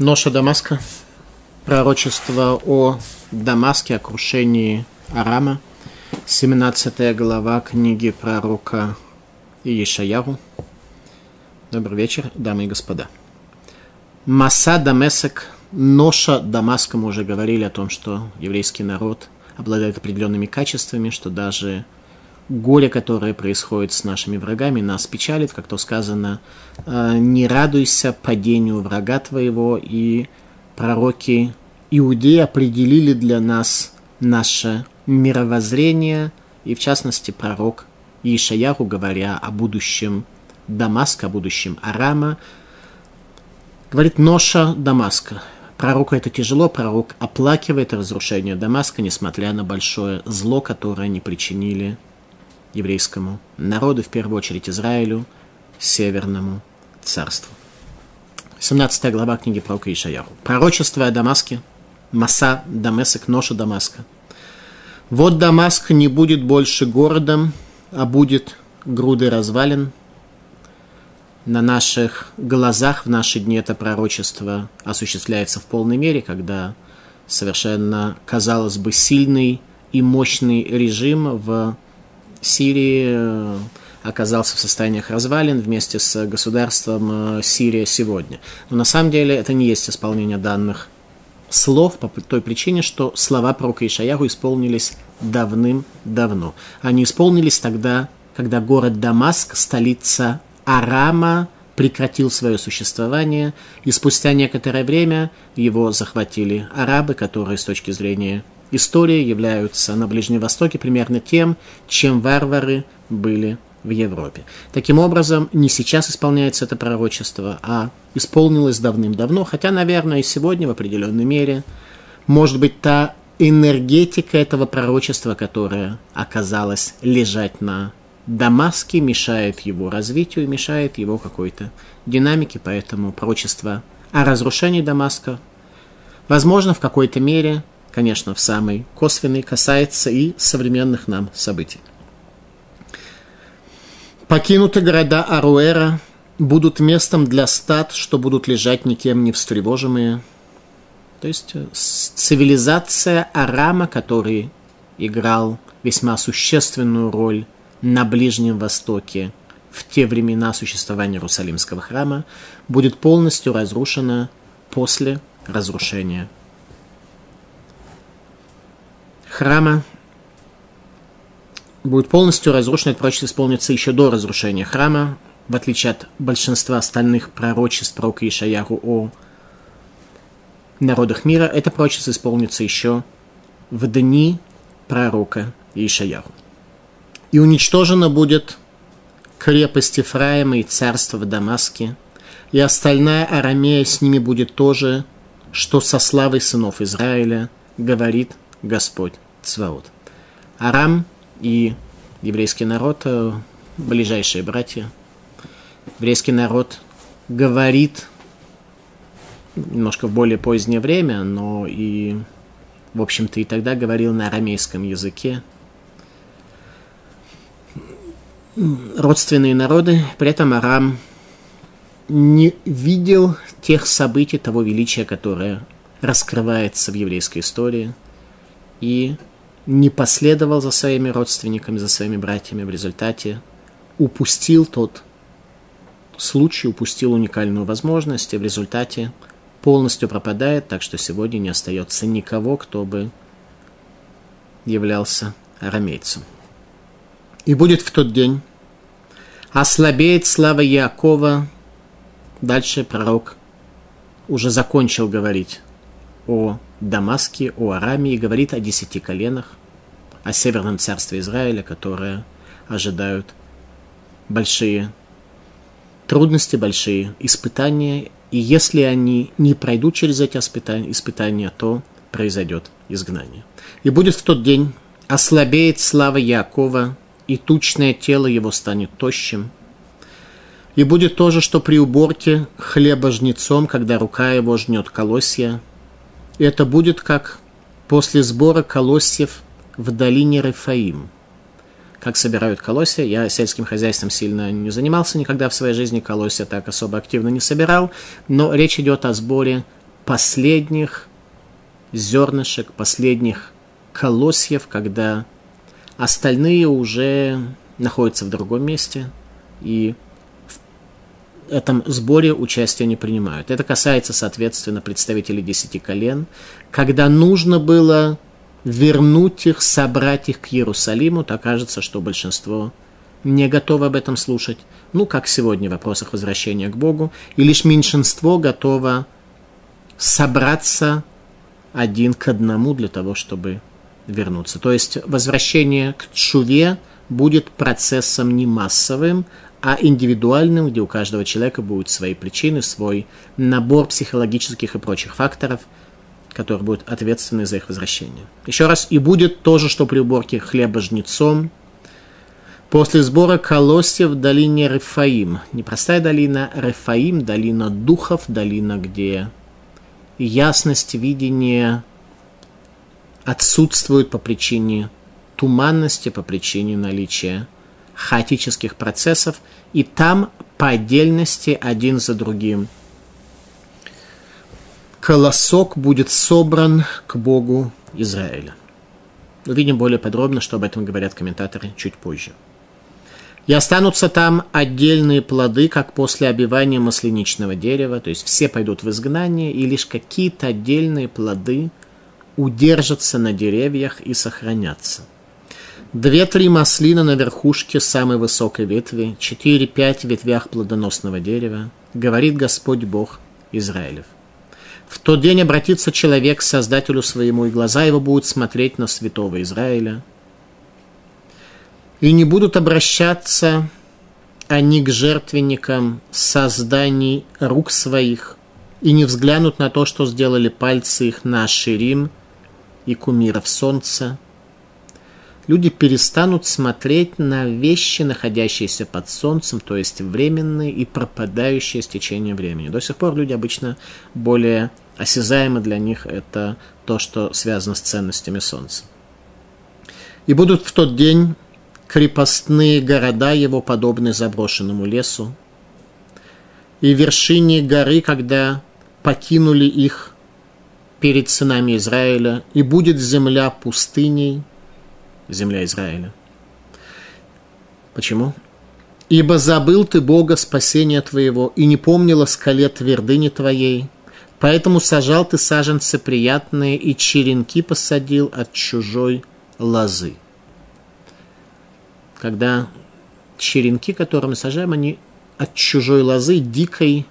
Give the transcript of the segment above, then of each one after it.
Ноша Дамаска. Пророчество о Дамаске, о крушении Арама. 17 глава книги пророка Иешаяху. Добрый вечер, дамы и господа. Маса Дамесек, ноша Дамаска. Мы уже говорили о том, что еврейский народ обладает определенными качествами, что даже горе, которое происходит с нашими врагами, нас печалит, как то сказано, не радуйся падению врага твоего. И пророки Иудеи определили для нас наше мировоззрение, и в частности пророк Иешаяху, говоря о будущем Дамаска, о будущем Арама, говорит ноша Дамаска. Пророку это тяжело, пророк оплакивает разрушение Дамаска, несмотря на большое зло, которое они причинили еврейскому народу, в первую очередь Израилю, Северному царству. 17 глава книги пророка Иешаяху. Пророчество о Дамаске. Маса Дамесек, ноша Дамаска. Вот Дамаск не будет больше городом, а будет грудой развалин. На наших глазах в наши дни это пророчество осуществляется в полной мере, когда совершенно, казалось бы, сильный и мощный режим в Сирии оказался в состояниях развалин вместе с государством Сирия сегодня. Но на самом деле это не есть исполнение данных слов по той причине, что слова пророка Иешаяху исполнились давным-давно. Они исполнились тогда, когда город Дамаск, столица Арама, прекратил свое существование, и спустя некоторое время его захватили арабы, которые с точки зрения истории являются на Ближнем Востоке примерно тем, чем варвары были в Европе. Таким образом, не сейчас исполняется это пророчество, а исполнилось давным-давно, хотя, наверное, и сегодня в определенной мере, может быть, та энергетика этого пророчества, которая оказалась лежать на Дамаске, мешает его развитию, мешает его какой-то динамике, поэтому пророчество о разрушении Дамаска, возможно, в какой-то мере, конечно, в самой косвенной, касается и современных нам событий. Покинуты города Аруэра будут местом для стад, что будут лежать никем не встревоженные. То есть цивилизация Арама, который играл весьма существенную роль на Ближнем Востоке в те времена существования Иерусалимского храма, будет полностью разрушена после разрушения храма. Будет полностью разрушено, это пророчество исполнится еще до разрушения храма, в отличие от большинства остальных пророчеств пророка Иешаяху о народах мира. Это пророчество исполнится еще в дни пророка Иешаяху. И уничтожена будет крепость Ефраима и царство в Дамаске, и остальная Арамея с ними будет то же, что со славой сынов Израиля, говорит Господь Цваот. Арам и еврейский народ, ближайшие братья. Еврейский народ говорит немножко в более позднее время, но и, в общем-то, и тогда говорил на арамейском языке. Родственные народы, при этом Арам не видел тех событий, того величия, которое раскрывается в еврейской истории, и не последовал за своими родственниками, за своими братьями, в результате упустил тот случай, упустил уникальную возможность, и в результате полностью пропадает, так что сегодня не остается никого, кто бы являлся арамейцем. И будет в тот день, ослабеет слава Яакова. Дальше пророк уже закончил говорить о Дамаске, о Араме, и говорит о 10 коленах, о Северном царстве Израиля, которые ожидают большие трудности, большие испытания, и если они не пройдут через эти испытания, то произойдет изгнание. И будет в тот день, ослабеет слава Яакова, и тучное тело его станет тощим. И будет то же, что при уборке хлеба жнецом, когда рука его жнет колосья. И это будет как после сбора колосьев в долине Рефаим. Как собирают колосья. Я сельским хозяйством сильно не занимался никогда в своей жизни, колосья так особо активно не собирал. Но речь идет о сборе последних зернышек, последних колосьев, когда остальные уже находятся в другом месте и в этом сборе участия не принимают. Это касается, соответственно, представителей 10 колен, когда нужно было вернуть их, собрать их к Иерусалиму, то окажется, что большинство не готово об этом слушать. Ну, как сегодня в вопросах возвращения к Богу. И лишь меньшинство готово собраться один к одному для того, чтобы вернуться. То есть возвращение к тшуве будет процессом не массовым, а индивидуальным, где у каждого человека будут свои причины, свой набор психологических и прочих факторов, которые будут ответственны за их возвращение. Еще раз, и будет то же, что при уборке хлеба жнецом. После сбора колосьев в долине Рефаим. Непростая долина Рефаим, долина духов, долина, где ясность видения отсутствует по причине туманности, по причине наличия хаотических процессов, и там по отдельности один за другим колосок будет собран к Богу Израиля. Увидим более подробно, что об этом говорят комментаторы чуть позже. И останутся там отдельные плоды, как после обивания масленичного дерева, то есть все пойдут в изгнание, и лишь какие-то отдельные плоды удержатся на деревьях и сохранятся. 2-3 маслина на верхушке самой высокой ветви, 4-5 ветвях плодоносного дерева, говорит Господь Бог Израилев. В тот день обратится человек к Создателю своему, и глаза его будут смотреть на святого Израиля. И не будут обращаться они к жертвенникам созданий рук своих, и не взглянут на то, что сделали пальцы их на Аширим и кумиров солнца. Люди перестанут смотреть на вещи, находящиеся под солнцем, то есть временные и пропадающие с течением времени. До сих пор люди обычно более осязаемо для них это то, что связано с ценностями солнца. И будут в тот день крепостные города его, подобные заброшенному лесу, и вершине горы, когда покинули их перед сынами Израиля, и будет земля пустыней, земля Израиля. Почему? «Ибо забыл ты Бога спасения твоего, и не помнил о скале твердыни твоей, поэтому сажал ты саженцы приятные, и черенки посадил от чужой лозы». Когда черенки, которые мы сажаем, они от чужой лозы, дикой,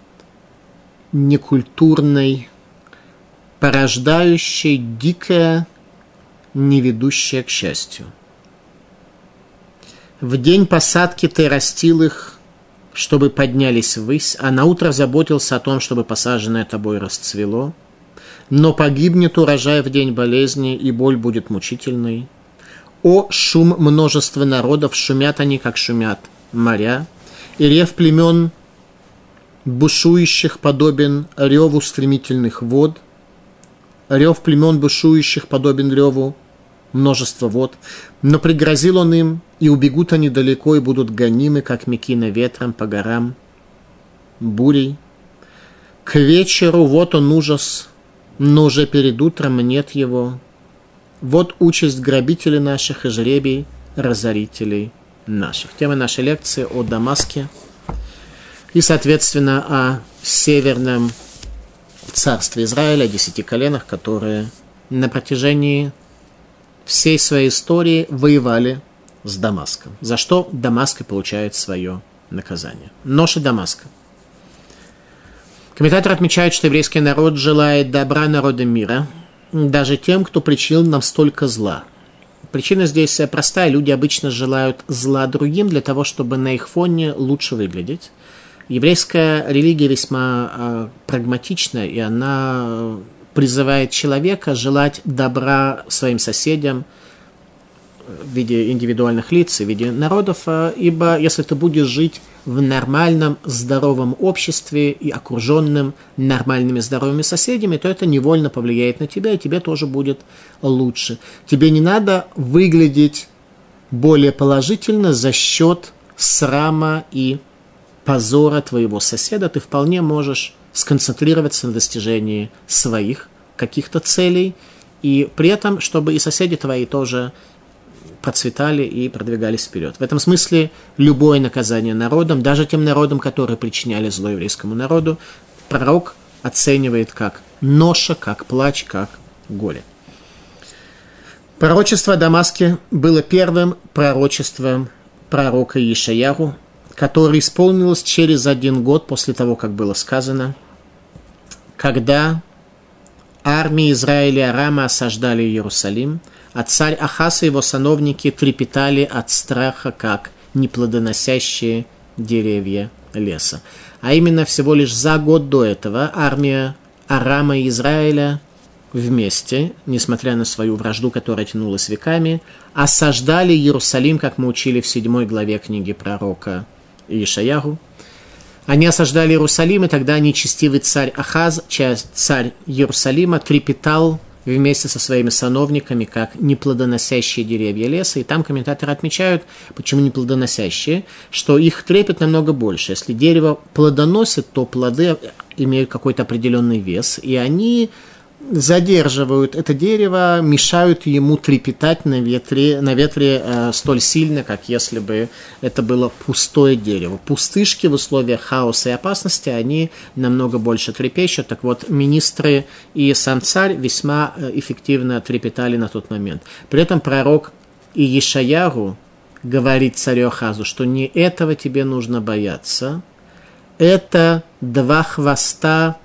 некультурной, порождающей дикое, не ведущее к счастью. В день посадки ты растил их, чтобы поднялись ввысь, а наутро заботился о том, чтобы посаженное тобой расцвело. Но погибнет урожай в день болезни, и боль будет мучительной. О, шум множества народов, шумят они, как шумят моря, и рев племен бушующих подобен реву стремительных вод. Рев племен бушующих подобен реву множества вод. Но пригрозил он им, и убегут они далеко, и будут гонимы, как мекина ветром по горам бурей. К вечеру вот он ужас, но уже перед утром нет его. Вот участь грабителей наших и жребий разорителей наших. Тема нашей лекции о Дамаске и, соответственно, о северном царстве Израиля, о 10 коленах, которые на протяжении всей своей истории воевали с Дамаском. За что Дамаск и получает свое наказание. Ноша Дамаска. Комментаторы отмечают, что еврейский народ желает добра народам мира, даже тем, кто причинил нам столько зла. Причина здесь простая. Люди обычно желают зла другим для того, чтобы на их фоне лучше выглядеть. Еврейская религия весьма прагматична, и она призывает человека желать добра своим соседям в виде индивидуальных лиц, в виде народов, ибо если ты будешь жить в нормальном, здоровом обществе и окруженным нормальными, здоровыми соседями, то это невольно повлияет на тебя, и тебе тоже будет лучше. Тебе не надо выглядеть более положительно за счет срама и позора твоего соседа. Ты вполне можешь сконцентрироваться на достижении своих каких-то целей, и при этом, чтобы и соседи твои тоже процветали и продвигались вперед. В этом смысле любое наказание народам, даже тем народам, которые причиняли зло еврейскому народу, пророк оценивает как ноша, как плач, как горе. Пророчество о Дамаске было первым пророчеством пророка Ешаяху, которое исполнилось через 1 год после того, как было сказано, когда армии Израиля и Арама осаждали Иерусалим, а царь Ахаз и его сановники трепетали от страха, как неплодоносящие деревья леса. А именно всего лишь за год до этого армия Арама и Израиля вместе, несмотря на свою вражду, которая тянулась веками, осаждали Иерусалим, как мы учили в 7 главе книги пророка Ишаяху. Они осаждали Иерусалим, и тогда нечестивый царь Ахаз, царь Иерусалима, трепетал вместе со своими сановниками, как неплодоносящие деревья леса. И там комментаторы отмечают, почему неплодоносящие, что их трепет намного больше. Если дерево плодоносит, то плоды имеют какой-то определенный вес, и они задерживают это дерево, мешают ему трепетать на ветре столь сильно, как если бы это было пустое дерево. Пустышки в условиях хаоса и опасности, они намного больше трепещут. Так вот, министры и сам царь весьма эффективно трепетали на тот момент. При этом пророк Ешаяху говорит царю Ахазу, что не этого тебе нужно бояться, это 2 хвоста,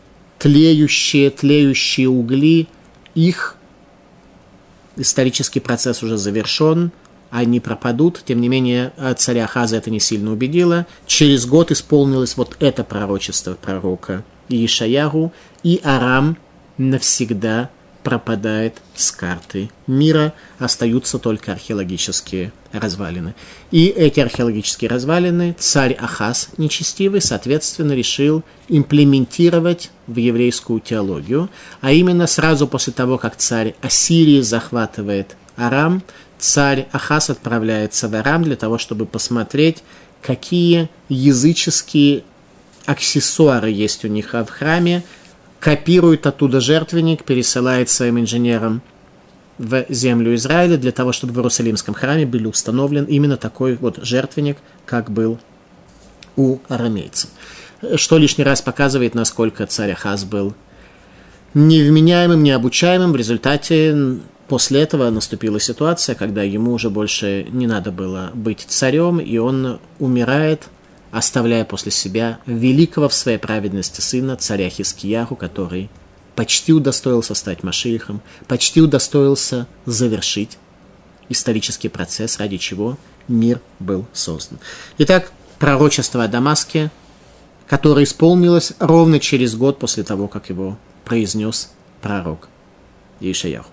тлеющие угли, их исторический процесс уже завершен, они пропадут. Тем не менее, царя Ахаза это не сильно убедило. Через год исполнилось вот это пророчество пророка Ешаяху, и Арам навсегда пропадает с карты мира, остаются только археологические развалины. И эти археологические развалины царь Ахаз, нечестивый, соответственно, решил имплементировать в еврейскую теологию, а именно сразу после того, как царь Ассирии захватывает Арам, царь Ахаз отправляется в Арам для того, чтобы посмотреть, какие языческие аксессуары есть у них в храме, копирует оттуда жертвенник, пересылает своим инженерам в землю Израиля для того, чтобы в Иерусалимском храме был установлен именно такой вот жертвенник, как был у арамейцев. Что лишний раз показывает, насколько царь Ахаз был невменяемым, необучаемым. В результате после этого наступила ситуация, когда ему уже больше не надо было быть царем, и он умирает, оставляя после себя великого в своей праведности сына, царя Хискияху, который почти удостоился стать Машиихом, почти удостоился завершить исторический процесс, ради чего мир был создан. Итак, пророчество о Дамаске, которое исполнилось ровно через год после того, как его произнес пророк Ешаяху.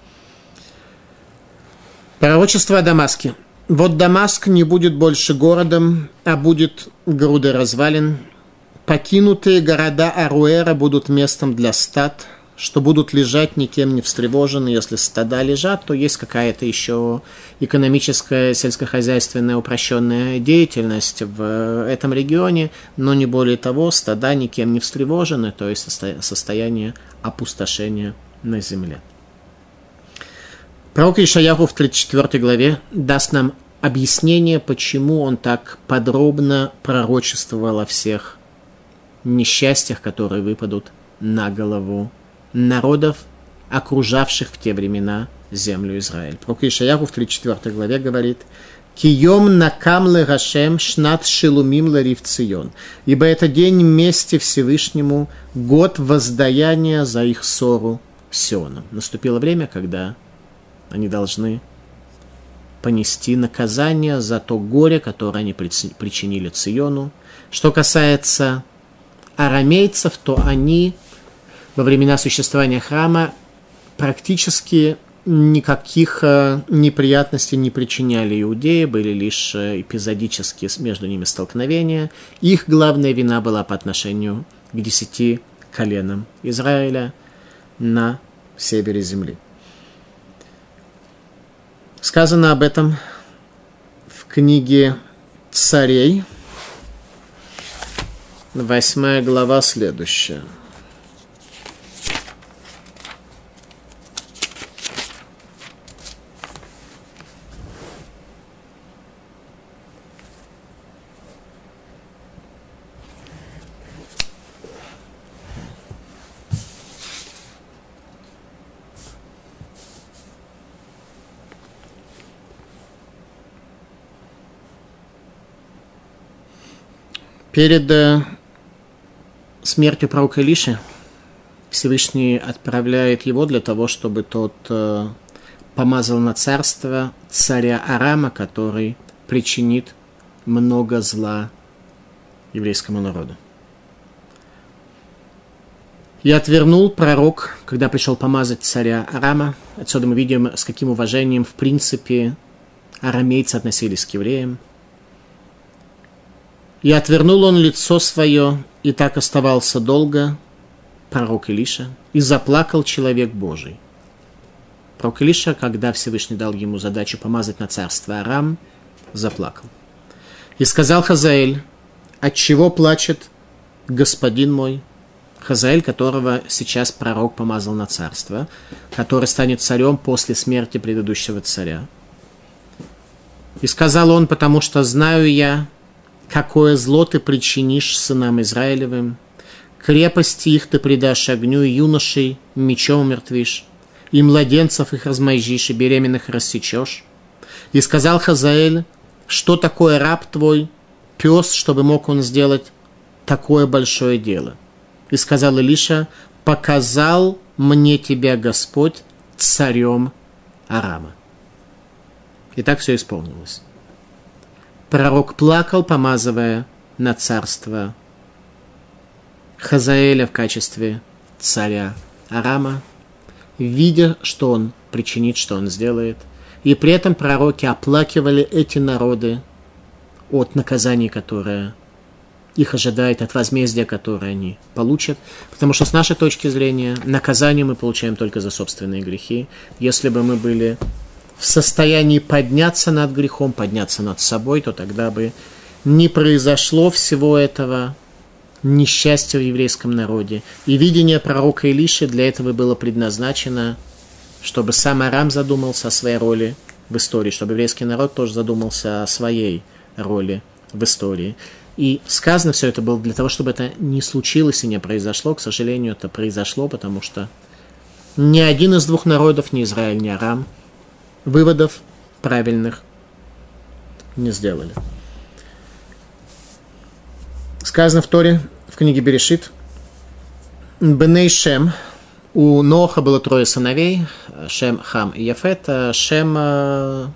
Пророчество о Дамаске. Вот Дамаск не будет больше городом, а будет грудой развалин. Покинутые города Аруэра будут местом для стад, что будут лежать никем не встревожены. Если стада лежат, то есть какая-то еще экономическая, сельскохозяйственная упрощенная деятельность в этом регионе, но не более того, стада никем не встревожены, то есть состояние опустошения на земле. Пророк Ешаяху в 34 главе даст нам объяснение, почему он так подробно пророчествовал о всех несчастьях, которые выпадут на голову народов, окружавших в те времена землю Израиль. Пророк Ешаяху в 34 главе говорит: «Кием накам ле Гашем шнат шелумим ларив Цион». Ибо это день мести Всевышнему, год воздаяния за их ссору с Сионом. Наступило время, когда они должны понести наказание за то горе, которое они причинили Циону. Что касается арамейцев, то они во времена существования храма практически никаких неприятностей не причиняли иудеи, были лишь эпизодические между ними столкновения. Их главная вина была по отношению к 10 коленам Израиля на севере земли. Сказано об этом в книге Царей, 8 глава следующая. Перед смертью пророка Илиши Всевышний отправляет его для того, чтобы тот помазал на царство царя Арама, который причинит много зла еврейскому народу. И отвернул пророк, когда пришел помазать царя Арама. Отсюда мы видим, с каким уважением, в принципе, арамейцы относились к евреям. И отвернул он лицо свое, и так оставался долго пророк Илиша, и заплакал человек Божий. Пророк Илиша, когда Всевышний дал ему задачу помазать на царство Арам, заплакал. И сказал Хазаэль: отчего плачет господин мой? Хазаэль, которого сейчас пророк помазал на царство, который станет царем после смерти предыдущего царя. И сказал он: потому что знаю я, какое зло ты причинишь сынам Израилевым, крепости их ты предашь огню, и юношей мечом умертвишь, и младенцев их размозжишь, и беременных рассечешь. И сказал Хазаэль: что такое раб твой, пес, чтобы мог он сделать такое большое дело? И сказал Илиша: показал мне тебя Господь царем Арама. И так все исполнилось. Пророк плакал, помазывая на царство Хазаэля в качестве царя Арама, видя, что он причинит, что он сделает. И при этом пророки оплакивали эти народы от наказания, которое их ожидает, от возмездия, которое они получат. Потому что с нашей точки зрения наказание мы получаем только за собственные грехи. Если бы мы были в состоянии подняться над грехом, подняться над собой, то тогда бы не произошло всего этого несчастья в еврейском народе. И видение пророка Илиши для этого было предназначено, чтобы сам Арам задумался о своей роли в истории, чтобы еврейский народ тоже задумался о своей роли в истории. И сказано все это было для того, чтобы это не случилось и не произошло. К сожалению, это произошло, потому что ни один из двух народов, ни Израиль, ни Арам, выводов правильных не сделали. Сказано в Торе, в книге Берешит: Беней Шем, у Ноаха было 3 сыновей, Шем, Хам и Яфет. Шем в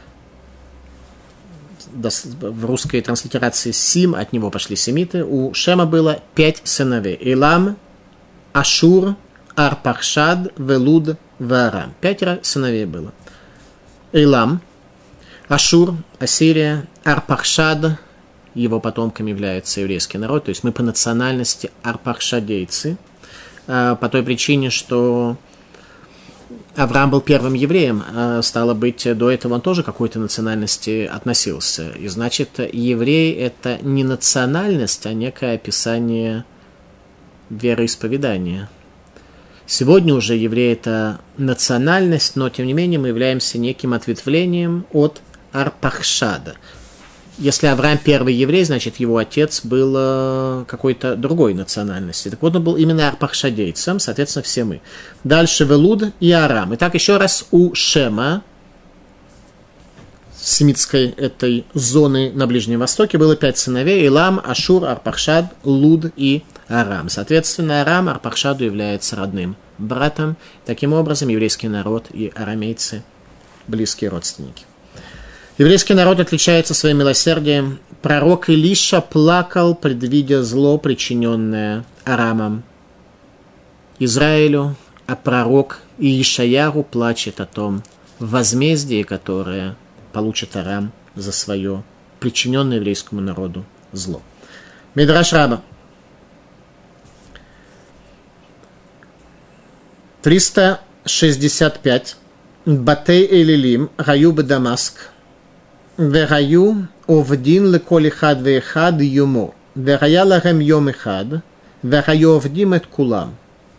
русской транслитерации Сим, от него пошли семиты. У Шема было 5 сыновей: Илам, Ашур, Арпахшад, Велуд, Ваарам. 5 сыновей было. Илам, Ашур, Ассирия, Арпахшад, его потомком является еврейский народ, то есть мы по национальности арпахшадейцы, по той причине, что Авраам был первым евреем, стало быть, до этого он тоже к какой-то национальности относился. И значит, еврей – это не национальность, а некое описание вероисповедания. Сегодня уже еврей – это национальность, но, тем не менее, мы являемся неким ответвлением от Арпахшада. Если Авраам первый еврей, значит, его отец был какой-то другой национальности. Так вот, он был именно арпахшадейцем, соответственно, все мы. Дальше Велуд и Арам. Итак, еще раз, у Шема, семитской этой зоны на Ближнем Востоке, было 5 сыновей: Илам, Ашур, Арпахшад, Луд и Арам. Соответственно, Арам Арпахшаду является родным братом. Таким образом, еврейский народ и арамейцы – близкие родственники. Еврейский народ отличается своим милосердием. Пророк Илиша плакал, предвидя зло, причиненное Арамом Израилю, а пророк Иешаяху плачет о том возмездии, которое получит Арам за свое причиненное еврейскому народу зло. Мидраш Раба. 365. Батей Элилим, Гаю бе-Дамаск. Вегаю овдин леколи хад вехад юмо. вехая лахем йом эхад, вехайовдим эт кулам.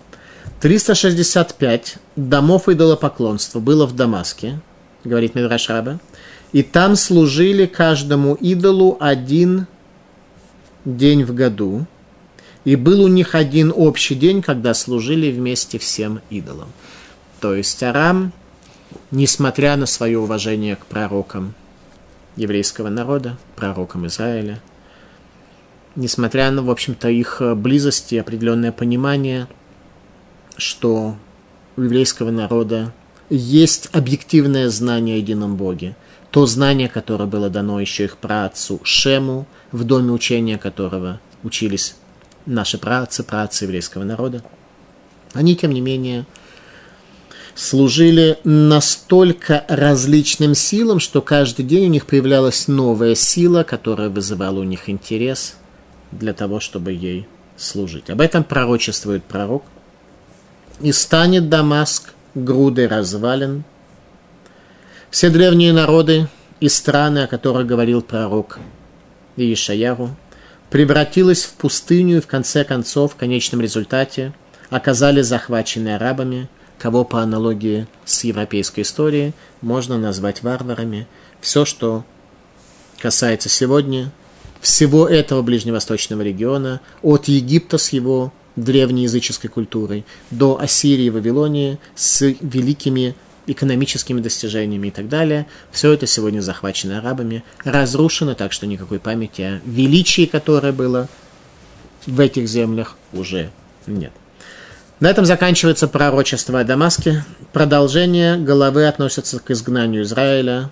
365 домов идолопоклонства было в Дамаске, говорит Мидраш Раба, и там служили каждому идолу один день в году, и был у них один общий день, когда служили вместе всем идолам. То есть Арам, несмотря на свое уважение к пророкам еврейского народа, пророкам Израиля, несмотря на, в общем-то, их близость и определенное понимание, что у еврейского народа есть объективное знание о едином Боге, то знание, которое было дано еще их праотцу Шему, в доме учения которого учились наши праотцы еврейского народа, они, тем не менее, служили настолько различным силам, что каждый день у них появлялась новая сила, которая вызывала у них интерес для того, чтобы ей служить. Об этом пророчествует пророк. «И станет Дамаск грудой развалин». Все древние народы и страны, о которых говорил пророк Иешаяху, превратилась в пустыню и в конце концов, в конечном результате, оказались захвачены арабами, кого по аналогии с европейской историей можно назвать варварами. Все, что касается сегодня всего этого ближневосточного региона, от Египта с его древнеязыческой культурой до Ассирии и Вавилонии с великими экономическими достижениями и так далее, все это сегодня захвачено арабами, разрушено, так что никакой памяти о величии, которое было в этих землях, уже нет. На этом заканчивается пророчество о Дамаске. Продолжение главы относится к изгнанию Израиля,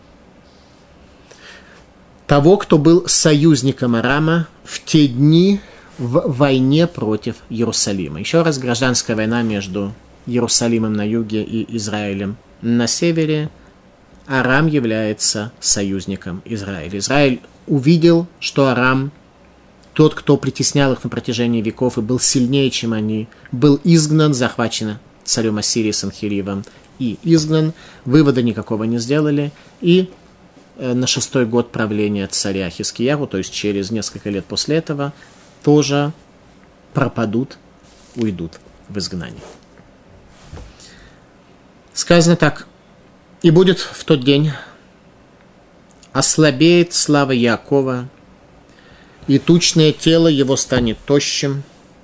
того, кто был союзником Арама в те дни в войне против Иерусалима. Еще раз, гражданская война между Иерусалимом на юге и Израилем на севере. Арам является союзником Израиля. Израиль увидел, что Арам, тот, кто притеснял их на протяжении веков и был сильнее, чем они, был изгнан, захвачен царем Ассирии Санхеривом и изгнан. Вывода никакого не сделали. И на 6-й год правления царя Хискиягу, то есть через несколько лет после этого, тоже пропадут, уйдут в изгнание. Сказано так: «И будет в тот день, ослабеет слава Яакова, и тучное тело его станет тощим,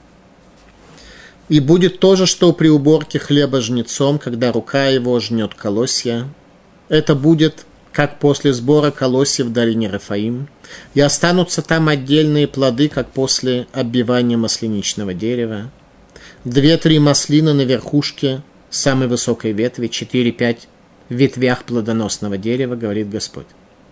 и будет то же, что при уборке хлеба жнецом, когда рука его жнет колосья. Это будет, как после сбора колосьев в долине Рафаим, и останутся там отдельные плоды, как после оббивания масляничного дерева. 2-3 маслины на верхушке самой высокой ветви, 4-5 ветвях плодоносного дерева, говорит Господь.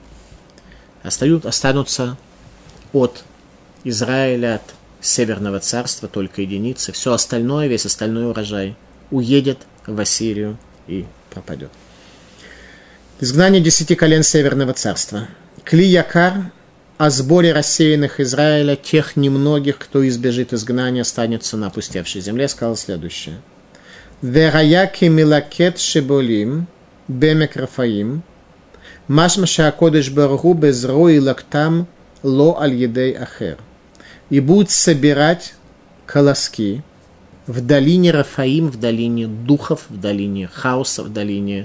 Останутся от Израиля, от Северного царства только единицы. Все остальное, весь остальной урожай уедет в Ассирию и пропадет. Изгнание 10 колен Северного царства. Кли Якар о сборе рассеянных Израиля, тех немногих, кто избежит изгнания, останется на опустевшей земле, сказал следующее. Вераяки милакет шеболим бемек Рафаим машма шаакодеш баргу безрои лактам ло аль-едей ахер. И будут собирать колоски в долине Рафаим, в долине духов, в долине хаоса, в долине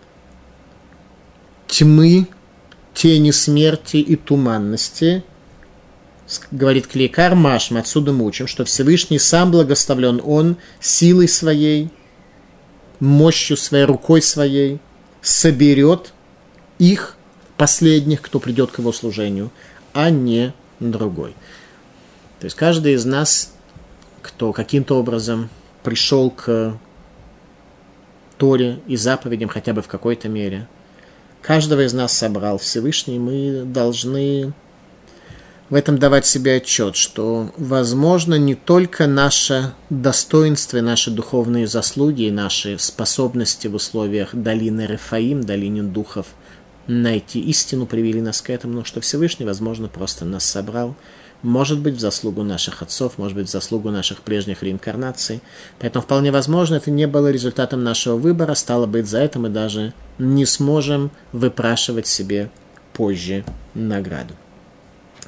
тьмы, тени смерти и туманности. Говорит Клейкар Машм, отсюда мы учим, что Всевышний сам благословлен Он силой своей, мощью своей, рукой своей, соберет их, последних, кто придет к его служению, а не другой. То есть каждый из нас, кто каким-то образом пришел к Торе и заповедям хотя бы в какой-то мере, каждого из нас собрал Всевышний, мы должны в этом давать себе отчет, что, возможно, не только наше достоинство, наши духовные заслуги и наши способности в условиях долины Рафаим, долины духов, найти истину привели нас к этому, но что Всевышний, возможно, просто нас собрал, может быть, в заслугу наших отцов, может быть, в заслугу наших прежних реинкарнаций. Поэтому, вполне возможно, это не было результатом нашего выбора, стало быть, за это мы даже не сможем выпрашивать себе позже награду.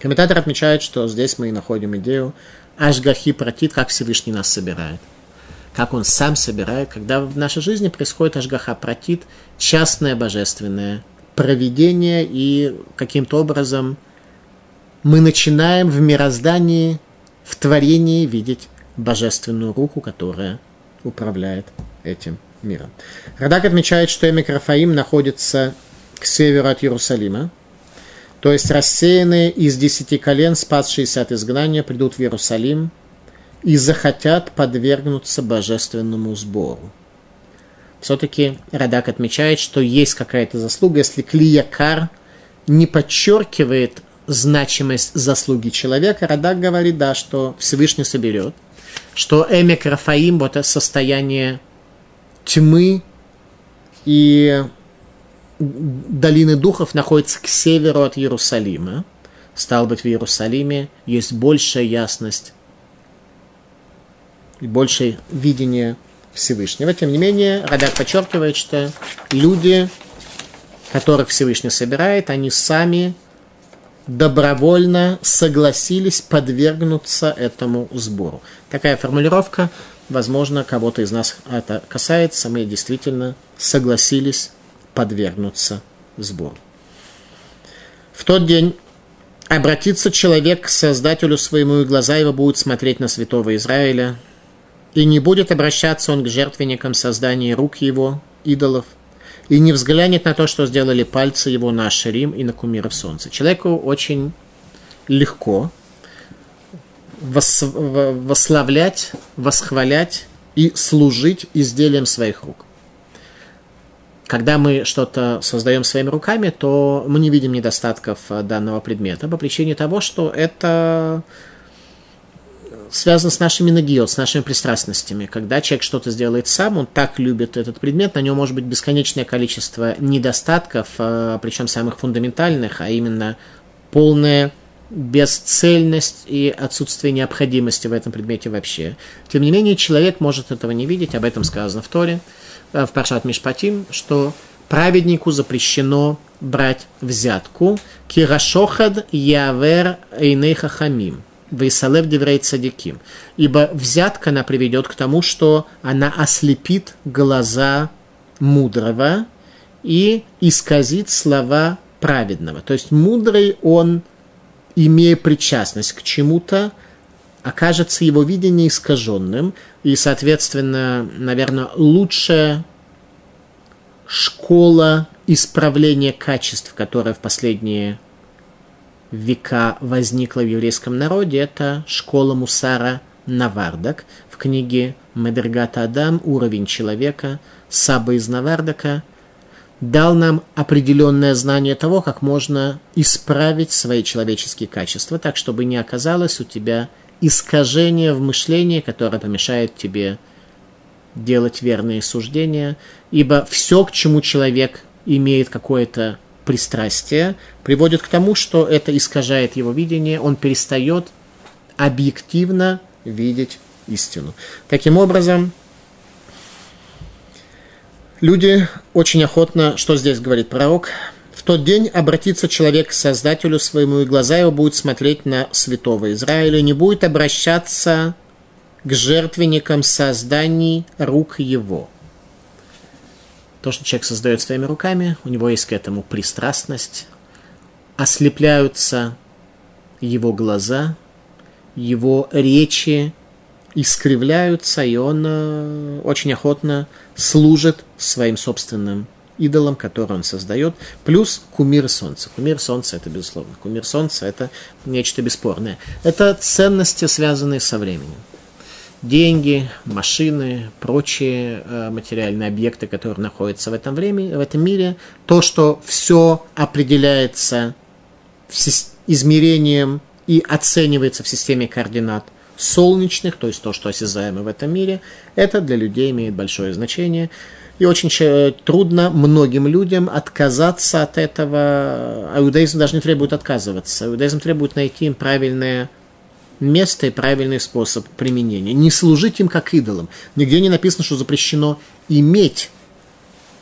Комментатор отмечает, что здесь мы и находим идею ашгахи пратит, как Всевышний нас собирает. Как он сам собирает, когда в нашей жизни происходит ашгаха пратит, частное божественное провидение, и каким-то образом мы начинаем в мироздании, в творении видеть божественную руку, которая управляет этим миром. Радак отмечает, что Эмек Рафаим находится к северу от Иерусалима, то есть рассеянные из 10 колен, спасшиеся от изгнания, придут в Иерусалим и захотят подвергнуться божественному сбору. Все-таки Радак отмечает, что есть какая-то заслуга, если Кли Якар не подчеркивает значимость заслуги человека. Радак говорит, да, что Всевышний соберет, что Эмек Рафаим, вот это состояние тьмы и долины духов находится к северу от Иерусалима. Стало быть, в Иерусалиме есть большая ясность и большее видение Всевышнего. Тем не менее, Радак подчеркивает, что люди, которых Всевышний собирает, они сами добровольно согласились подвергнуться этому сбору. Такая формулировка, возможно, кого-то из нас это касается, мы действительно согласились подвергнуться сбору. В тот день обратится человек к Создателю своему, и глаза его будут смотреть на святого Израиля, и не будет обращаться он к жертвенникам создания рук его, идолов, и не взглянет на то, что сделали пальцы его на Ашерим и на кумиров солнца. Человеку очень легко восславлять, восхвалять и служить изделием своих рук. Когда мы что-то создаем своими руками, то мы не видим недостатков данного предмета по причине того, что это связано с нашими нагиот, с нашими пристрастностями. Когда человек что-то сделает сам, он так любит этот предмет, на нем может быть бесконечное количество недостатков, причем самых фундаментальных, а именно полная бесцельность и отсутствие необходимости в этом предмете вообще. Тем не менее, человек может этого не видеть, об этом сказано в Торе, в Паршат Мишпатим, что праведнику запрещено брать взятку. Кирашохад явер эйней хахамим. Вейсалев деврей цадиким. Ибо взятка, она приведет к тому, что она ослепит глаза мудрого и исказит слова праведного. То есть мудрый, он, имея причастность к чему-то, окажется его видение искаженным, и, соответственно, наверное, лучшая школа исправления качеств, которая в последние века возникла в еврейском народе, это школа Мусара Навардак. В книге Медергат Адам «Уровень человека» Саба из Навардака дал нам определенное знание того, как можно исправить свои человеческие качества, так, чтобы не оказалось у тебя искажение в мышлении, которое помешает тебе делать верные суждения, ибо все, к чему человек имеет какое-то пристрастие, приводит к тому, что это искажает его видение, он перестает объективно видеть истину. Таким образом, люди очень охотно, что здесь говорит пророк, в тот день обратится человек к Создателю своему, и глаза его будут смотреть на святого Израиля, не будет обращаться к жертвенникам созданий рук его. То, что человек создает своими руками, у него есть к этому пристрастность, ослепляются его глаза, его речи искривляются, и он очень охотно служит своим собственным идолам, которые он создает, плюс кумир солнца. Кумир солнца – это безусловно. Кумир солнца – это нечто бесспорное. Это ценности, связанные со временем. Деньги, машины, прочие материальные объекты, которые находятся в этом мире, то, что все определяется измерением и оценивается в системе координат солнечных, то есть то, что осязаемо в этом мире, это для людей имеет большое значение. И очень трудно многим людям отказаться от этого. А иудаизм даже не требует отказываться. Иудаизм требует найти им правильное место и правильный способ применения. Не служить им как идолам. Нигде не написано, что запрещено иметь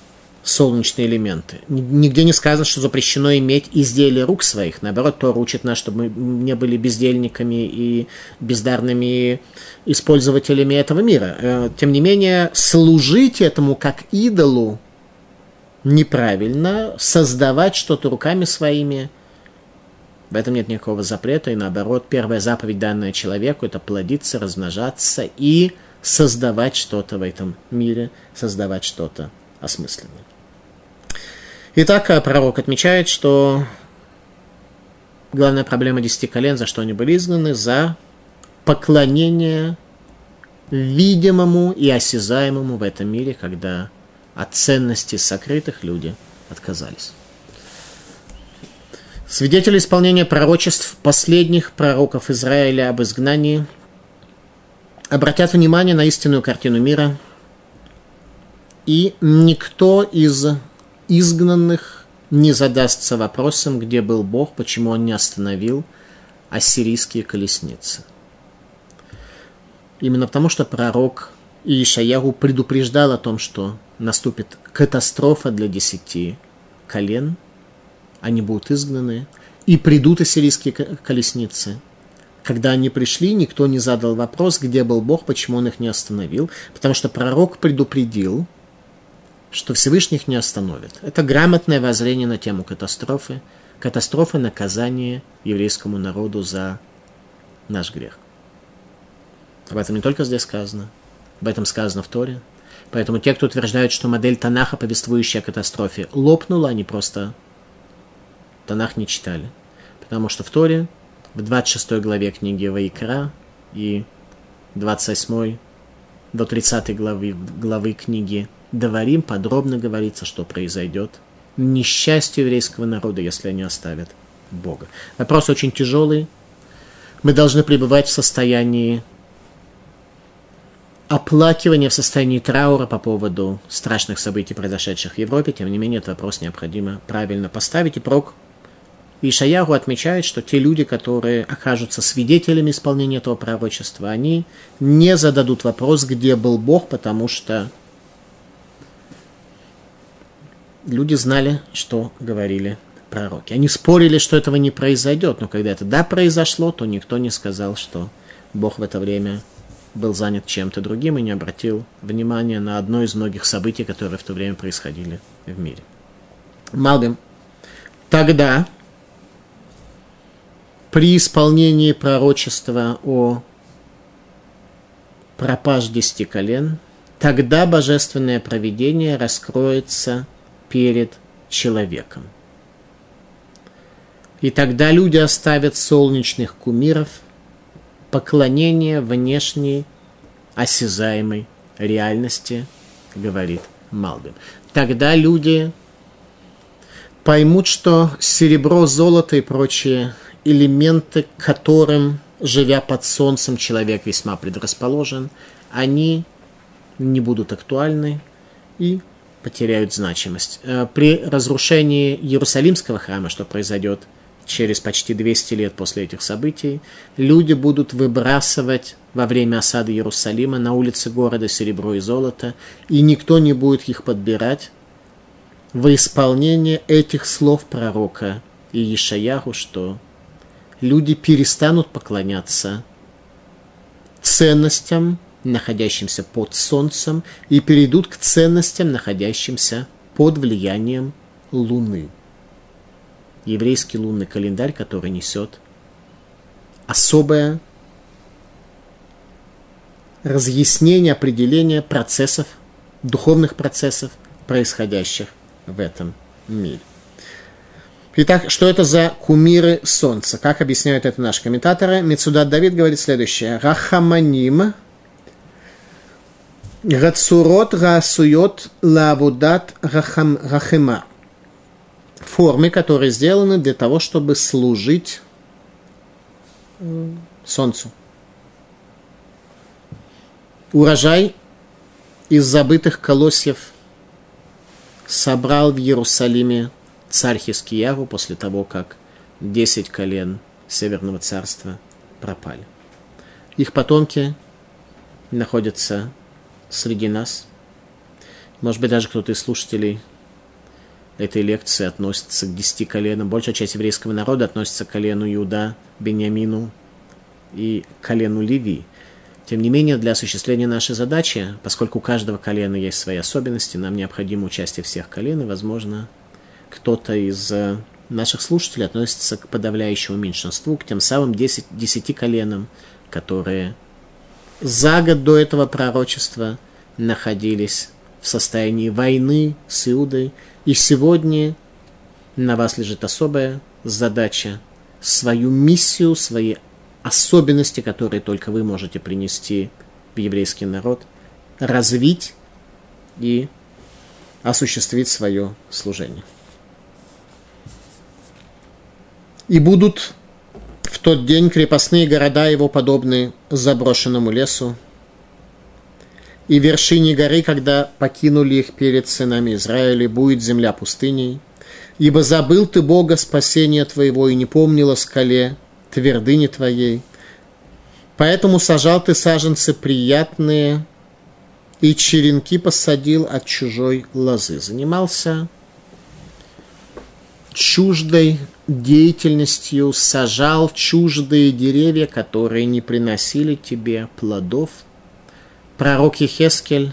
солнечные элементы. Нигде не сказано, что запрещено иметь изделия рук своих. Наоборот, Тора учит нас, чтобы мы не были бездельниками и бездарными использователями этого мира. Тем не менее, служить этому как идолу неправильно, создавать что-то руками своими, в этом нет никакого запрета, и наоборот, первая заповедь, данная человеку, это плодиться, размножаться и создавать что-то в этом мире, создавать что-то осмысленное. Итак, пророк отмечает, что главная проблема 10 колен, за что они были изгнаны, за поклонение видимому и осязаемому в этом мире, когда от ценностей сокрытых люди отказались. Свидетели исполнения пророчеств последних пророков Израиля об изгнании обратят внимание на истинную картину мира, и никто из изгнанных не задастся вопросом, где был Бог, почему он не остановил ассирийские колесницы. Именно потому, что пророк Иешаяху предупреждал о том, что наступит катастрофа для 10 колен, они будут изгнаны, и придут ассирийские колесницы. Когда они пришли, никто не задал вопрос, где был Бог, почему он их не остановил, потому что пророк предупредил, что Всевышний их не остановит. Это грамотное воззрение на тему катастрофы. Катастрофа – наказание еврейскому народу за наш грех. Об этом не только здесь сказано, об этом сказано в Торе. Поэтому те, кто утверждают, что модель Танаха, повествующая о катастрофе, лопнула, они просто Танах не читали. Потому что в Торе, в 26 главе книги Ваикра и 28 до 30 главы книги Деварим подробно говорится, что произойдет несчастью еврейского народа, если они оставят Бога. Вопрос очень тяжелый. Мы должны пребывать в состоянии оплакивания, в состоянии траура по поводу страшных событий, произошедших в Европе. Тем не менее, этот вопрос необходимо правильно поставить. И пророк Иешаяху отмечает, что те люди, которые окажутся свидетелями исполнения этого пророчества, они не зададут вопрос, где был Бог, потому что люди знали, что говорили пророки. Они спорили, что этого не произойдет, но когда это произошло, то никто не сказал, что Бог в это время был занят чем-то другим и не обратил внимания на одно из многих событий, которые в то время происходили в мире. Малбим. Тогда, при исполнении пророчества о пропаже 10 колен, тогда божественное провидение раскроется перед человеком. И тогда люди оставят солнечных кумиров, поклонение внешней осязаемой реальности, говорит Малбим. Тогда люди поймут, что серебро, золото и прочие элементы, к которым, живя под солнцем, человек весьма предрасположен, они не будут актуальны и потеряют значимость. При разрушении Иерусалимского храма, что произойдет через почти 200 лет после этих событий, люди будут выбрасывать во время осады Иерусалима на улицы города серебро и золото, и никто не будет их подбирать во исполнение этих слов пророка Иешаяху, что люди перестанут поклоняться ценностям, находящимся под солнцем, и перейдут к ценностям, находящимся под влиянием Луны. Еврейский лунный календарь, который несет особое разъяснение, определение процессов, духовных процессов, происходящих в этом мире. Итак, что это за кумиры солнца? Как объясняют это наши комментаторы? Мецудат Давид говорит следующее. Рахаманим Гацурот Гаасуйот Лавудат Рахема. Формы, которые сделаны для того, чтобы служить солнцу. Урожай из забытых колосьев собрал в Иерусалиме царь Хискиягу после того, как 10 колен Северного царства пропали. Их потомки находятся среди нас. Может быть, даже кто-то из слушателей этой лекции относится к 10 коленам. Большая часть еврейского народа относится к колену Иуда, Беньямину и колену Леви. Тем не менее, для осуществления нашей задачи, поскольку у каждого колена есть свои особенности, нам необходимо участие всех колен, и, возможно, кто-то из наших слушателей относится к подавляющему меньшинству, к тем самым 10 коленам, которые за год до этого пророчества находились в состоянии войны с Иудой, и сегодня на вас лежит особая задача свою миссию, свои особенности, которые только вы можете принести в еврейский народ, развить и осуществить свое служение. И будут в тот день крепостные города его подобны заброшенному лесу, и вершине горы, когда покинули их перед сынами Израиля, будет земля пустыней, ибо забыл ты Бога спасения твоего и не помнил о скале твердыни твоей. Поэтому сажал ты саженцы приятные и черенки посадил от чужой лозы. Занимался чуждой деятельностью, сажал чуждые деревья, которые не приносили тебе плодов. Пророк Йехескель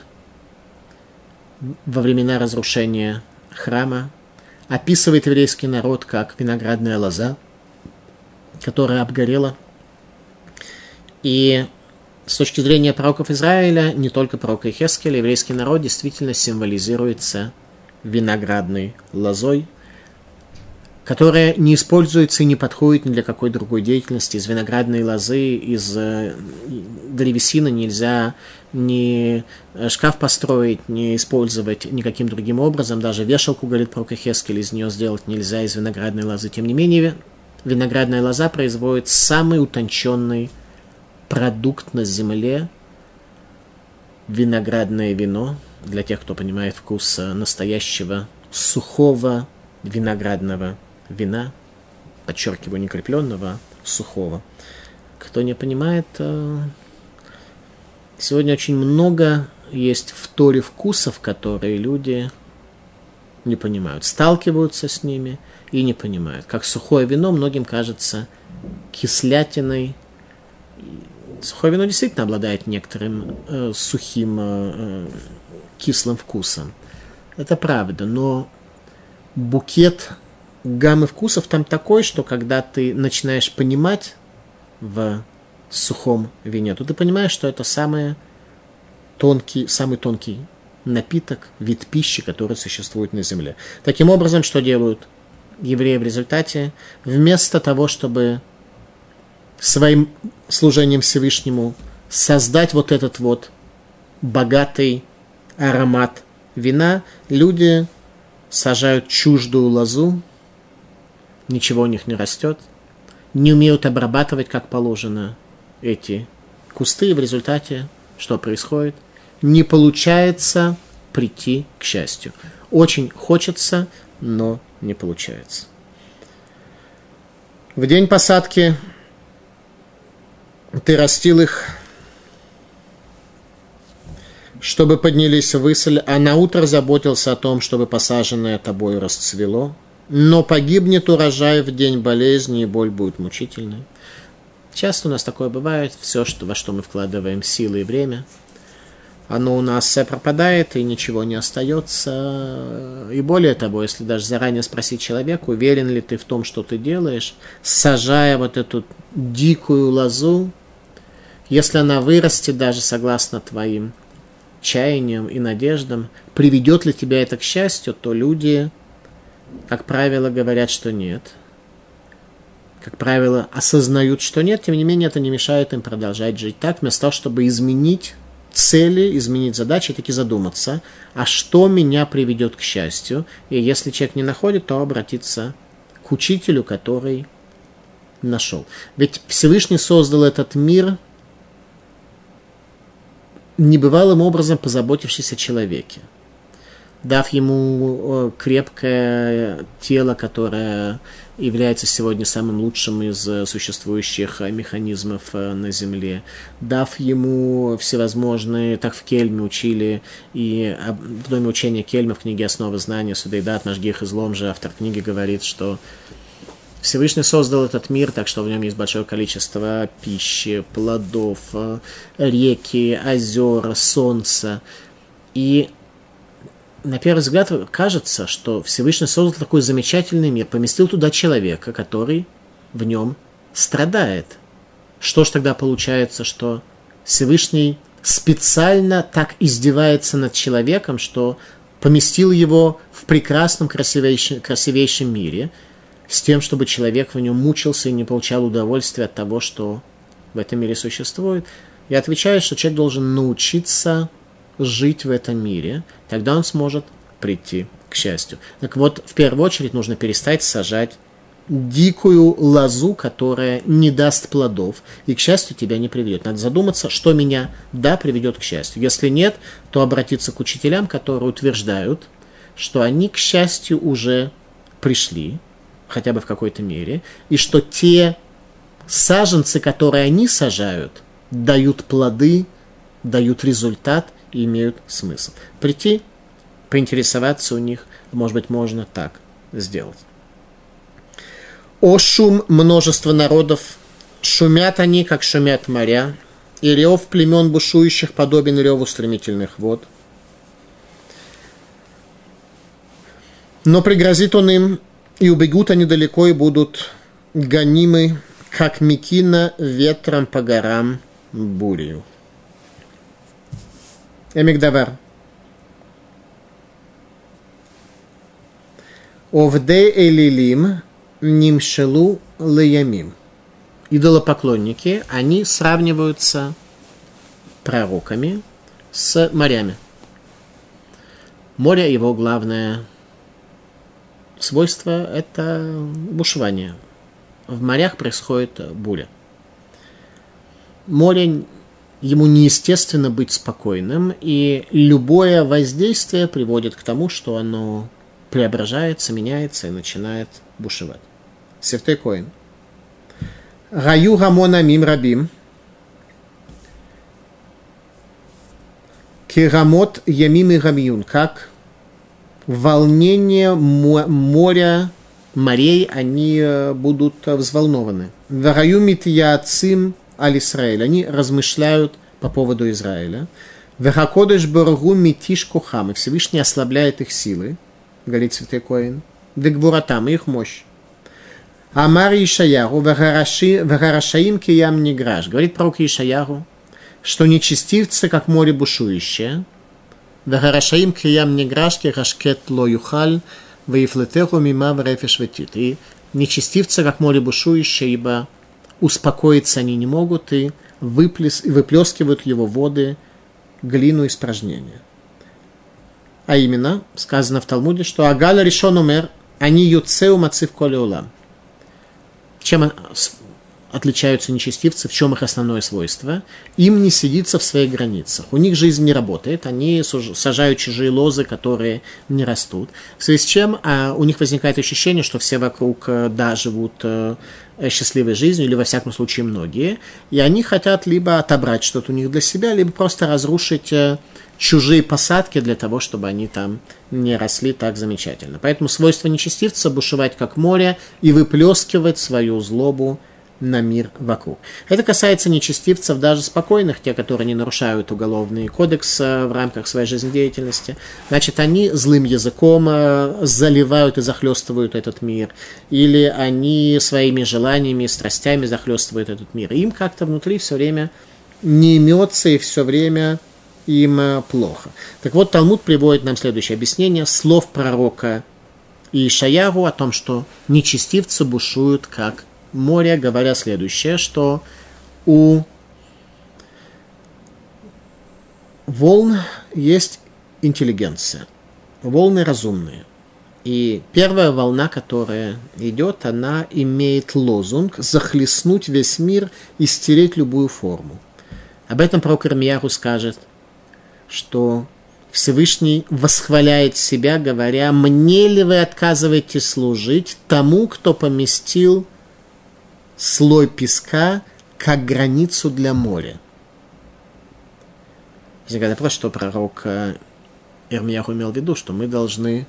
во времена разрушения храма описывает еврейский народ как виноградная лоза, которая обгорела. И с точки зрения пророков Израиля, не только пророка Йехескеля, еврейский народ действительно символизируется виноградной лозой, которая не используется и не подходит ни для какой другой деятельности. Из виноградной лозы, из древесины нельзя ни шкаф построить, не использовать никаким другим образом. Даже вешалку, говорит пророк Йехескель, из нее сделать нельзя из виноградной лозы. Тем не менее, виноградная лоза производит самый утонченный продукт на земле – виноградное вино. Для тех, кто понимает вкус настоящего сухого виноградного вина, подчеркиваю, не крепленного, сухого. Кто не понимает, сегодня очень много есть в Торе вкусов, которые люди не понимают, сталкиваются с ними и не понимают. Как сухое вино многим кажется кислятиной. Сухое вино действительно обладает некоторым сухим кислым вкусом. Это правда, но букет гаммы вкусов там такой, что когда ты начинаешь понимать в сухом вине, то ты понимаешь, что это самый тонкий напиток, вид пищи, который существует на земле. Таким образом, что делают евреи в результате? Вместо того, чтобы своим служением Всевышнему создать вот этот вот богатый аромат вина, люди сажают чуждую лозу, ничего у них не растет, не умеют обрабатывать как положено эти кусты, и в результате что происходит? Не получается прийти к счастью. Очень хочется, но не получается. В день посадки ты растил их, чтобы поднялись ввысь, а наутро заботился о том, чтобы посаженное тобою расцвело. Но погибнет урожай в день болезни, и боль будет мучительной. Часто у нас такое бывает, все, во что мы вкладываем силы и время, оно у нас пропадает, и ничего не остается. И более того, если даже заранее спросить человека, уверен ли ты в том, что ты делаешь, сажая вот эту дикую лозу, если она вырастет даже согласно твоим чаяниям и надеждам, приведет ли тебя это к счастью, то люди, как правило, говорят, что нет. Как правило, осознают, что нет, тем не менее, это не мешает им продолжать жить так, вместо того, чтобы изменить цели, изменить задачи, таки задуматься, а что меня приведет к счастью. И если человек не находит, то обратиться к учителю, который нашел. Ведь Всевышний создал этот мир небывалым образом, позаботившись о человеке. дав ему крепкое тело, которое является сегодня самым лучшим из существующих механизмов на Земле, дав ему всевозможные, так в Кельме учили, и в доме учения Кельма в книге «Основы знания» Судейдат Машгих Излом же, автор книги, говорит, что Всевышний создал этот мир, так что в нем есть большое количество пищи, плодов, реки, озер, солнца. И на первый взгляд кажется, что Всевышний создал такой замечательный мир, поместил туда человека, который в нем страдает. Что ж тогда получается, что Всевышний специально так издевается над человеком, что поместил его в прекрасном, красивейшем мире, с тем, чтобы человек в нем мучился и не получал удовольствия от того, что в этом мире существует. Я отвечаю, что человек должен научиться жить в этом мире, тогда он сможет прийти к счастью. Так вот, в первую очередь нужно перестать сажать дикую лозу, которая не даст плодов и к счастью тебя не приведет. Надо задуматься, что меня, да, приведет к счастью. Если нет, то обратиться к учителям, которые утверждают, что они к счастью уже пришли, хотя бы в какой-то мере, и что те саженцы, которые они сажают, дают плоды, дают результат и имеют смысл. Прийти, поинтересоваться у них, может быть, можно так сделать. О шум множества народов, шумят они, как шумят моря, и рев племен бушующих подобен реву стремительных вод. Но пригрозит он им, и убегут они далеко, и будут гонимы, как мекина ветром по горам бурею. Эмигдавар. Овдей элилим нимшелу леямим. Идолопоклонники, они сравниваются пророками с морями. Море, его главное свойство – это бушевание. В морях происходит буря. Море, ему неестественно быть спокойным, и любое воздействие приводит к тому, что оно преображается, меняется и начинает бушевать. Сефтей Коэн. Гаю гамона мим рабим. Кирамот ямим и гамиюн. Как волнение моря, морей, они будут взволнованы. Вараю митьяцим аль-Исраэль. Они размышляют по поводу Израиля. Вехакодеш боргу митиш кохам. И Всевышний ослабляет их силы, говорит Святой Коэн. Вегбуратам, их мощь. Амар Ишаяру, вегарашаим киям неграш. Говорит пророк Ишаяру, что нечестивцы, как море бушующее, вегарашаим киям неграш, кирашкет ло юхаль, веифлетеху мима врефеш ветит. И нечестивцы, как море бушующее, ибо успокоиться они не могут, и выплескивают его воды, глину испражнения. А именно, сказано в Талмуде, что Агала решен умер, они юцеу мацив коли улам. Чем отличаются нечестивцы, в чем их основное свойство? Им не сидится в своих границах. У них жизнь не работает, они сажают чужие лозы, которые не растут. В связи с чем у них возникает ощущение, что все вокруг да, живут счастливой жизнью, или во всяком случае многие, и они хотят либо отобрать что-то у них для себя, либо просто разрушить чужие посадки для того, чтобы они там не росли так замечательно. Поэтому свойство нечестивца – бушевать как море и выплескивать свою злобу на мир вокруг. Это касается нечестивцев даже спокойных, те, которые не нарушают уголовный кодекс в рамках своей жизнедеятельности. Значит, они злым языком заливают и захлестывают этот мир, или они своими желаниями и страстями захлестывают этот мир. Им как-то внутри все время не имется и все время им плохо. Так вот, Талмуд приводит нам следующее объяснение слов пророка Ишаяру о том, что нечестивцы бушуют как море, говоря следующее, что у волн есть интеллигенция, волны разумные. И первая волна, которая идет, она имеет лозунг захлестнуть весь мир и стереть любую форму. Об этом пророк Ирмияру скажет, что Всевышний восхваляет себя, говоря: «Мне ли вы отказываете служить тому, кто поместил слой песка как границу для моря?» Возникает вопрос, что пророк Ирмияху имел в виду, что мы должны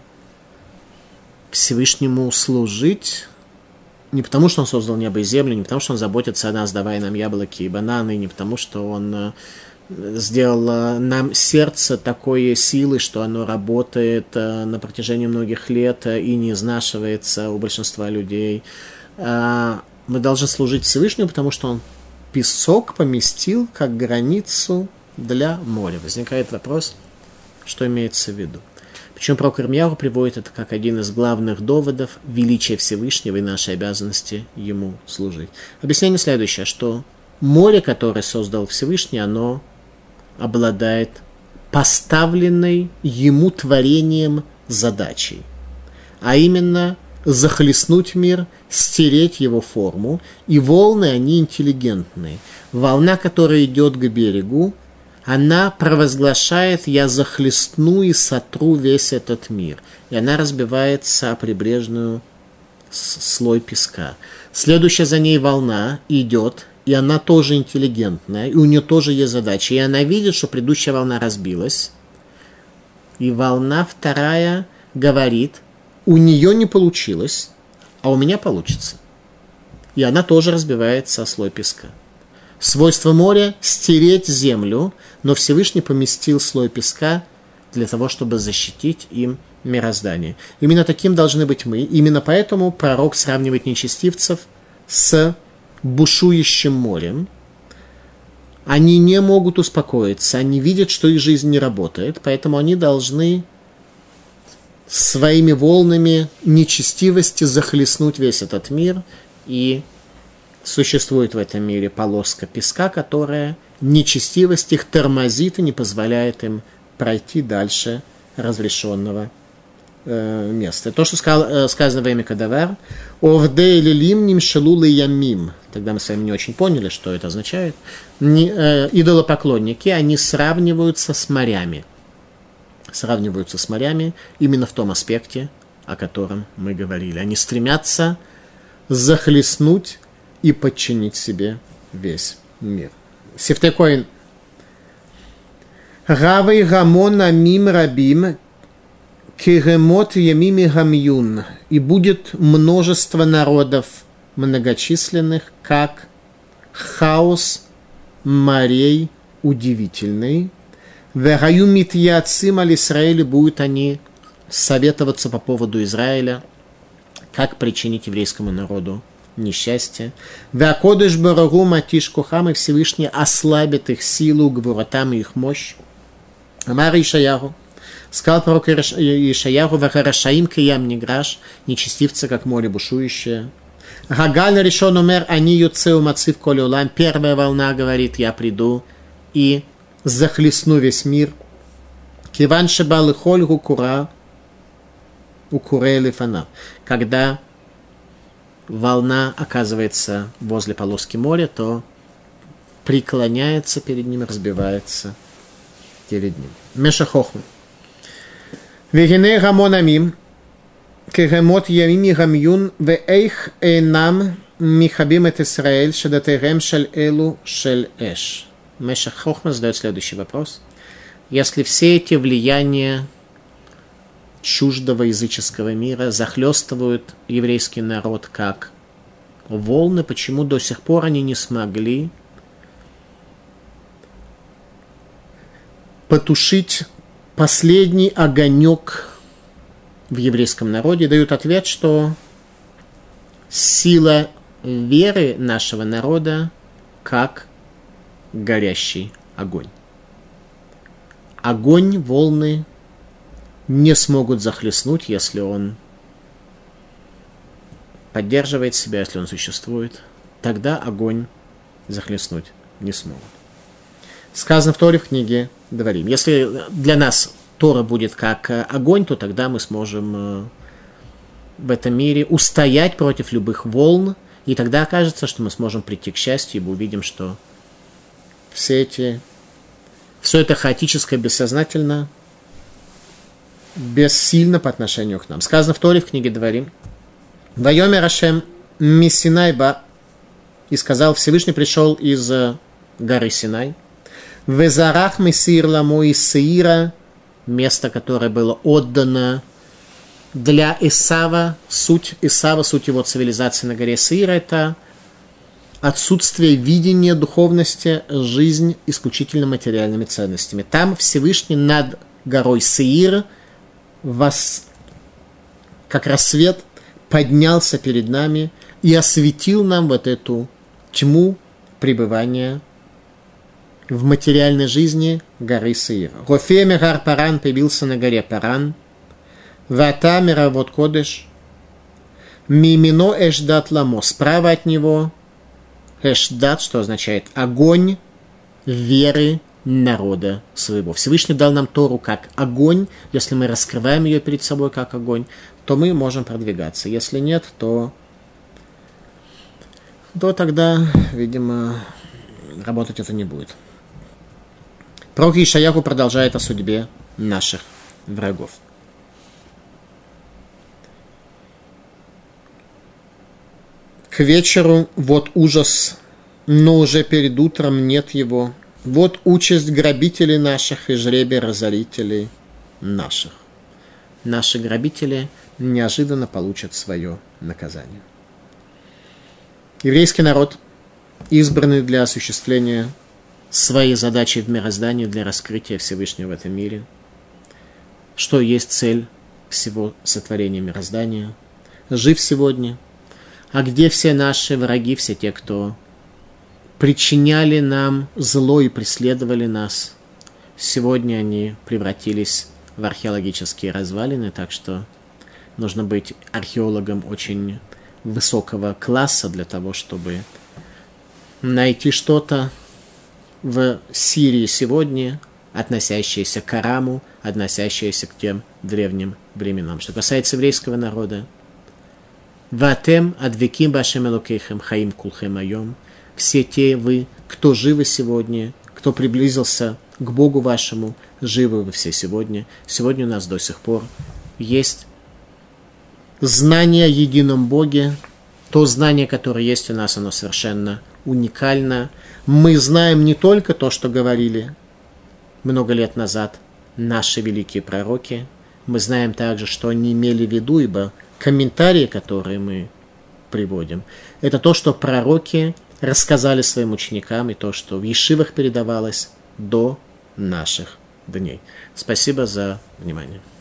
Всевышнему служить не потому, что он создал небо и землю, не потому, что он заботится о нас, давая нам яблоки и бананы, не потому, что он сделал нам сердце такой силы, что оно работает на протяжении многих лет и не изнашивается у большинства людей. Мы должны служить Всевышнему, потому что он песок поместил как границу для моря. Возникает вопрос, что имеется в виду. Причем пророк Ирмияху приводит это как один из главных доводов величия Всевышнего и нашей обязанности ему служить. Объяснение следующее, что море, которое создал Всевышний, оно обладает поставленной ему творением задачей, а именно захлестнуть мир, стереть его форму, и волны, они интеллигентные. Волна, которая идет к берегу, она провозглашает: «Я захлестну и сотру весь этот мир». И она разбивается о прибрежную слой песка. Следующая за ней волна идет, и она тоже интеллигентная, и у нее тоже есть задача. И она видит, что предыдущая волна разбилась. И волна вторая говорит: у нее не получилось, а у меня получится. И она тоже разбивается о слой песка. Свойство моря – стереть землю, но Всевышний поместил слой песка для того, чтобы защитить им мироздание. Именно таким должны быть мы. Именно поэтому пророк сравнивает нечестивцев с бушующим морем. Они не могут успокоиться, они видят, что их жизнь не работает, поэтому они должны своими волнами нечестивости захлестнуть весь этот мир. И существует в этом мире полоска песка, которая нечестивость их тормозит и не позволяет им пройти дальше разрешенного места. То, что сказано во имя Кадавар: «Овдей лилим нимшелулы ямим». Тогда мы с вами не очень поняли, что это означает. Идолопоклонники, они сравниваются с морями. Сравниваются с морями именно в том аспекте, о котором мы говорили. Они стремятся захлестнуть и подчинить себе весь мир. Сифтей Коэн. Равей гамон амим рабим киремот ямими гамюн. И будет множество народов многочисленных, как хаос морей удивительный. Вегаю митьяцим аль Исраэль, будут они советоваться по поводу Израиля, как причинить еврейскому народу несчастье. Веакодыш барагу матиш кохам, и Всевышний ослабит их силу, гвуратам и их мощь. Амар Ишаяху. Сказал пророк Ишаяху: «Вахарашаим киям ниграш», нечестивцы, как море бушующее. Гагаль решен умер, они юцеу мацив коли улам. Первая волна говорит: «Я приду и захлестну весь мир». Киван шебал и холь гукура укуре лифана. Когда волна оказывается возле полоски моря, то преклоняется перед ним, разбивается перед ним. Меша хохма. Вегине гамон амим, кегемот ямими гамюн, веэйх эйнам михабим эт Исраэль, шедатэрем шель элу шель эш. Меша хохма задает следующий вопрос. Если все эти влияния чуждого языческого мира захлестывают еврейский народ как волны, почему до сих пор они не смогли потушить последний огонек в еврейском народе? Дают ответ, что сила веры нашего народа как горящий огонь. Огонь, волны не смогут захлестнуть, если он поддерживает себя, если он существует. Тогда огонь захлестнуть не смогут. Сказано в Торе в книге Дворим. Если для нас Тора будет как огонь, то тогда мы сможем в этом мире устоять против любых волн, и тогда окажется, что мы сможем прийти к счастью, ибо увидим, что все это хаотическое, бессознательно бессильно по отношению к нам. Сказано в Торе, в книге Дворим. «Вайомер Ашем мисинайба». И сказал, Всевышний пришел из горы Синай. «Везарах месир ламу из Сеира». Место, которое было отдано для Исава. Суть Исава, суть его цивилизации на горе Сеира – это отсутствие видения духовности, жизнь исключительно материальными ценностями. Там Всевышний над горой Сеир, как рассвет, поднялся перед нами и осветил нам вот эту тьму пребывания в материальной жизни горы Сеир. Гофе гар Паран появился на горе Паран. Вата миравот кодеш. Мимино эшдат ламо. Справа от него эшдат, что означает огонь веры народа своего. Всевышний дал нам Тору как огонь. Если мы раскрываем ее перед собой как огонь, то мы можем продвигаться. Если нет, то тогда, видимо, работать это не будет. Пророк Ишаяху продолжает о судьбе наших врагов. К вечеру вот ужас, но уже перед утром нет его. Вот участь грабителей наших и жребий разорителей наших. Наши грабители неожиданно получат свое наказание. Еврейский народ, избранный для осуществления своей задачи в мироздании, для раскрытия Всевышнего в этом мире, что есть цель всего сотворения мироздания, жив сегодня. А где все наши враги, все те, кто причиняли нам зло и преследовали нас? Сегодня они превратились в археологические развалины, так что нужно быть археологом очень высокого класса для того, чтобы найти что-то в Сирии сегодня, относящееся к Араму, относящееся к тем древним временам. Что касается еврейского народа, «Ватем адвеким башем элокейхем хаим кулхем айом». Все те вы, кто живы сегодня, кто приблизился к Богу вашему, живы вы все сегодня. Сегодня у нас до сих пор есть знание о едином Боге. То знание, которое есть у нас, оно совершенно уникально. Мы знаем не только то, что говорили много лет назад наши великие пророки. Мы знаем также, что они имели в виду, ибо комментарии, которые мы приводим, это то, что пророки рассказали своим ученикам, и то, что в ешивах передавалось до наших дней. Спасибо за внимание.